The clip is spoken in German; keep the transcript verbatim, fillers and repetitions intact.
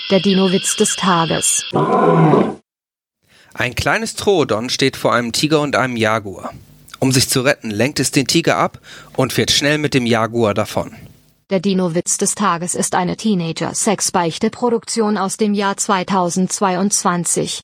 Der Dino-Witz des Tages. Ein kleines Troodon steht vor einem Tiger und einem Jaguar. Um sich zu retten, lenkt es den Tiger ab und fährt schnell mit dem Jaguar davon. Der Dino-Witz des Tages ist eine Teenager-Sex-Beichte-Produktion aus dem Jahr zweitausendzweiundzwanzig.